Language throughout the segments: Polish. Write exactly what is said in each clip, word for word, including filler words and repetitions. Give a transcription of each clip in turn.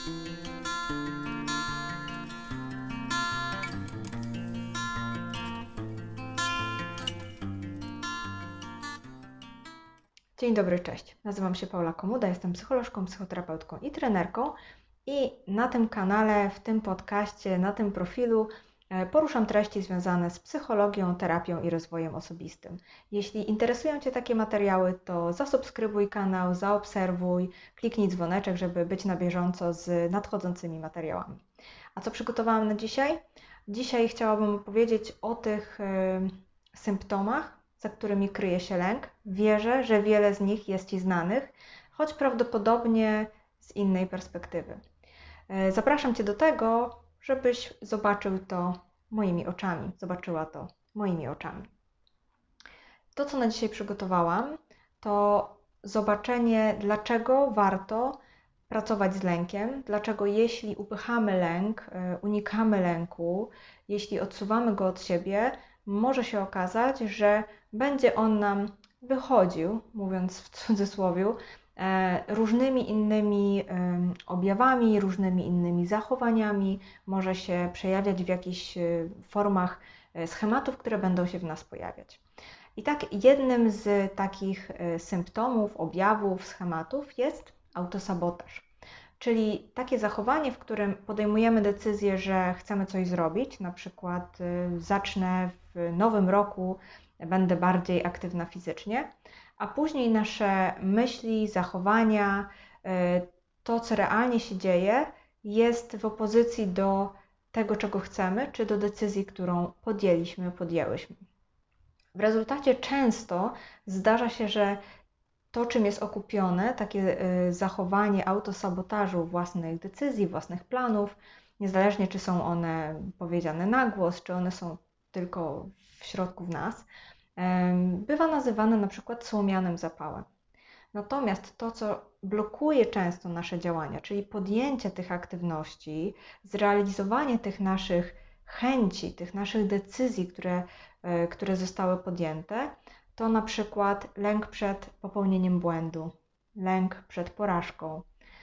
Dzień dobry, cześć. Nazywam się Paula Komuda, jestem psycholożką, psychoterapeutką i trenerką i na tym kanale, w tym podcaście, na tym profilu poruszam treści związane z psychologią, terapią i rozwojem osobistym. Jeśli interesują Cię takie materiały, to zasubskrybuj kanał, zaobserwuj, kliknij dzwoneczek, żeby być na bieżąco z nadchodzącymi materiałami. A co przygotowałam na dzisiaj? Dzisiaj chciałabym opowiedzieć o tych y, symptomach, za którymi kryje się lęk. Wierzę, że wiele z nich jest Ci znanych, choć prawdopodobnie z innej perspektywy. Zapraszam Cię do tego, żebyś zobaczył to moimi oczami, zobaczyła to moimi oczami. To, co na dzisiaj przygotowałam, to zobaczenie, dlaczego warto pracować z lękiem, dlaczego jeśli upychamy lęk, unikamy lęku, jeśli odsuwamy go od siebie, może się okazać, że będzie on nam wychodził, mówiąc w cudzysłowie, różnymi innymi objawami, różnymi innymi zachowaniami, może się przejawiać w jakichś formach schematów, które będą się w nas pojawiać. I tak jednym z takich symptomów, objawów, schematów jest autosabotaż. Czyli takie zachowanie, w którym podejmujemy decyzję, że chcemy coś zrobić, na przykład zacznę w nowym roku, będę bardziej aktywna fizycznie, a później nasze myśli, zachowania, to co realnie się dzieje, jest w opozycji do tego, czego chcemy, czy do decyzji, którą podjęliśmy, podjęłyśmy. W rezultacie często zdarza się, że to, czym jest okupione, takie zachowanie autosabotażu własnych decyzji, własnych planów, niezależnie czy są one powiedziane na głos, czy one są tylko w środku w nas, bywa nazywane na przykład słomianym zapałem. Natomiast to, co blokuje często nasze działania, czyli podjęcie tych aktywności, zrealizowanie tych naszych chęci, tych naszych decyzji, które, które zostały podjęte, to na przykład lęk przed popełnieniem błędu, lęk przed porażką,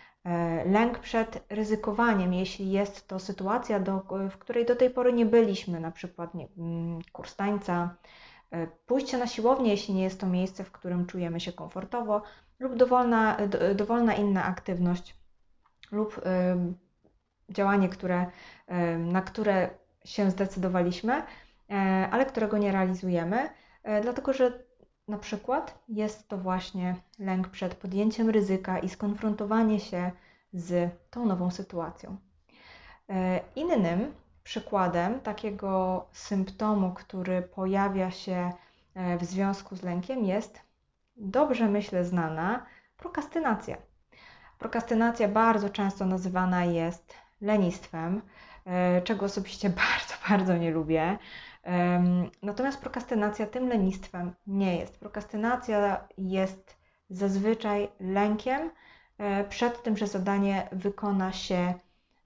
lęk przed ryzykowaniem, jeśli jest to sytuacja, do, w której do tej pory nie byliśmy, na przykład nie, kurs tańca, pójście na siłownię, jeśli nie jest to miejsce, w którym czujemy się komfortowo, lub dowolna, do, dowolna inna aktywność lub y, działanie, które, y, na które się zdecydowaliśmy, y, ale którego nie realizujemy, y, dlatego że na przykład jest to właśnie lęk przed podjęciem ryzyka i skonfrontowanie się z tą nową sytuacją. Y, innym przykładem takiego symptomu, który pojawia się w związku z lękiem, jest dobrze, myślę, znana prokrastynacja. Prokrastynacja bardzo często nazywana jest lenistwem, czego osobiście bardzo, bardzo nie lubię. Natomiast prokrastynacja tym lenistwem nie jest. Prokrastynacja jest zazwyczaj lękiem przed tym, że zadanie wykona się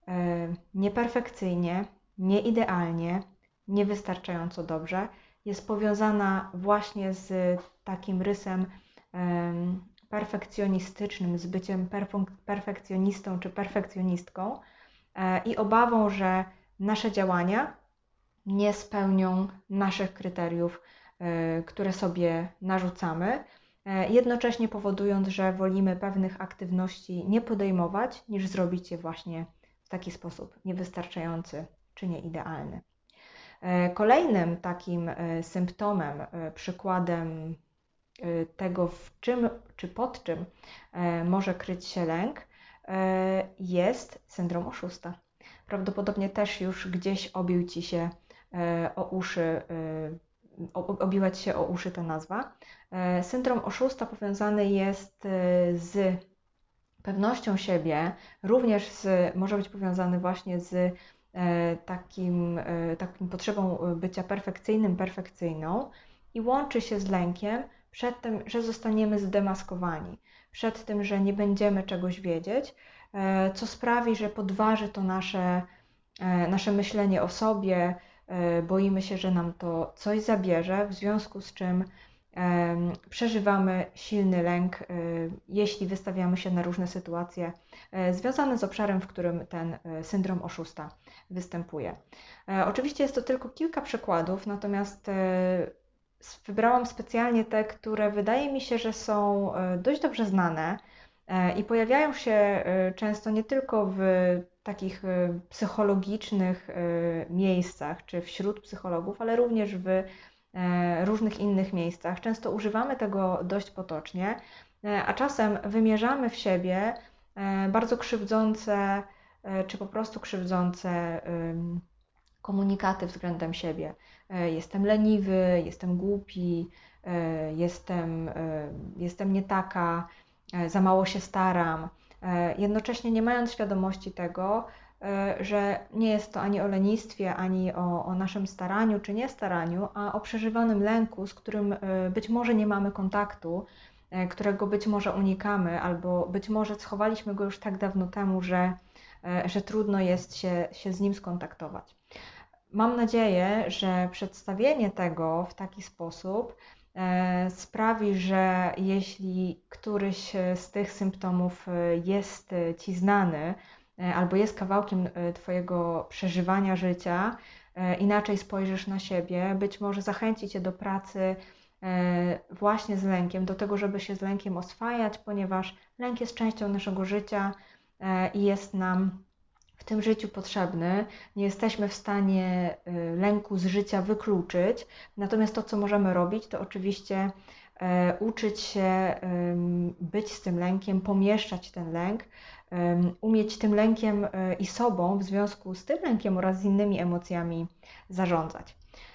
nieperfekcyjnie, nieidealnie, niewystarczająco dobrze. Jest powiązana właśnie z takim rysem perfekcjonistycznym, z byciem perfekcjonistą czy perfekcjonistką i obawą, że nasze działania nie spełnią naszych kryteriów, które sobie narzucamy, jednocześnie powodując, że wolimy pewnych aktywności nie podejmować, niż zrobić je właśnie w taki sposób niewystarczający czy nieidealny. Kolejnym takim symptomem, przykładem tego, w czym czy pod czym może kryć się lęk, jest syndrom oszusta. Prawdopodobnie też już gdzieś obił Ci się o uszy, obiła Ci się o uszy ta nazwa. Syndrom oszusta powiązany jest z pewnością siebie, również z, może być powiązany właśnie z takim, takim potrzebą bycia perfekcyjnym, perfekcyjną i łączy się z lękiem przed tym, że zostaniemy zdemaskowani, przed tym, że nie będziemy czegoś wiedzieć, co sprawi, że podważy to nasze, nasze myślenie o sobie, boimy się, że nam to coś zabierze, w związku z czym przeżywamy silny lęk, jeśli wystawiamy się na różne sytuacje związane z obszarem, w którym ten syndrom oszusta występuje. Oczywiście jest to tylko kilka przykładów, natomiast wybrałam specjalnie te, które wydaje mi się, że są dość dobrze znane i pojawiają się często nie tylko w takich psychologicznych miejscach czy wśród psychologów, ale również w różnych innych miejscach. Często używamy tego dość potocznie, a czasem wymierzamy w siebie bardzo krzywdzące czy po prostu krzywdzące komunikaty względem siebie. Jestem leniwy, jestem głupi, jestem, jestem nie taka, za mało się staram. Jednocześnie nie mając świadomości tego, że nie jest to ani o lenistwie, ani o, o naszym staraniu czy niestaraniu, a o przeżywanym lęku, z którym być może nie mamy kontaktu, którego być może unikamy, albo być może schowaliśmy go już tak dawno temu, że, że trudno jest się, się z nim skontaktować. Mam nadzieję, że przedstawienie tego w taki sposób sprawi, że jeśli któryś z tych symptomów jest Ci znany albo jest kawałkiem Twojego przeżywania życia, inaczej spojrzysz na siebie, być może zachęci Cię do pracy właśnie z lękiem, do tego, żeby się z lękiem oswajać, ponieważ lęk jest częścią naszego życia i jest nam w tym życiu potrzebny. Nie jesteśmy w stanie lęku z życia wykluczyć, natomiast to, co możemy robić, to oczywiście uczyć się być z tym lękiem, pomieszczać ten lęk, umieć tym lękiem i sobą w związku z tym lękiem oraz z innymi emocjami zarządzać.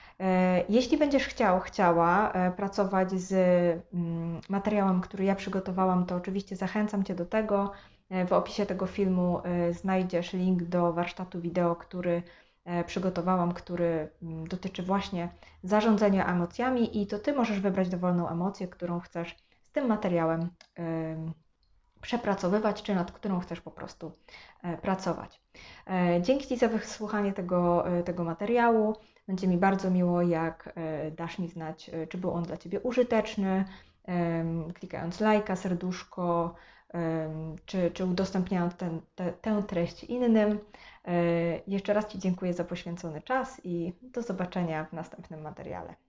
Jeśli będziesz chciał, chciała pracować z materiałem, który ja przygotowałam, to oczywiście zachęcam Cię do tego. W opisie tego filmu znajdziesz link do warsztatu wideo, który przygotowałam, który dotyczy właśnie zarządzania emocjami i to Ty możesz wybrać dowolną emocję, którą chcesz z tym materiałem przepracowywać, czy nad którą chcesz po prostu pracować. Dzięki Ci za wysłuchanie tego, tego materiału. Będzie mi bardzo miło, jak dasz mi znać, czy był on dla Ciebie użyteczny, klikając lajka, serduszko, czy, czy udostępniając ten, te, tę treść innym. Jeszcze raz Ci dziękuję za poświęcony czas i do zobaczenia w następnym materiale.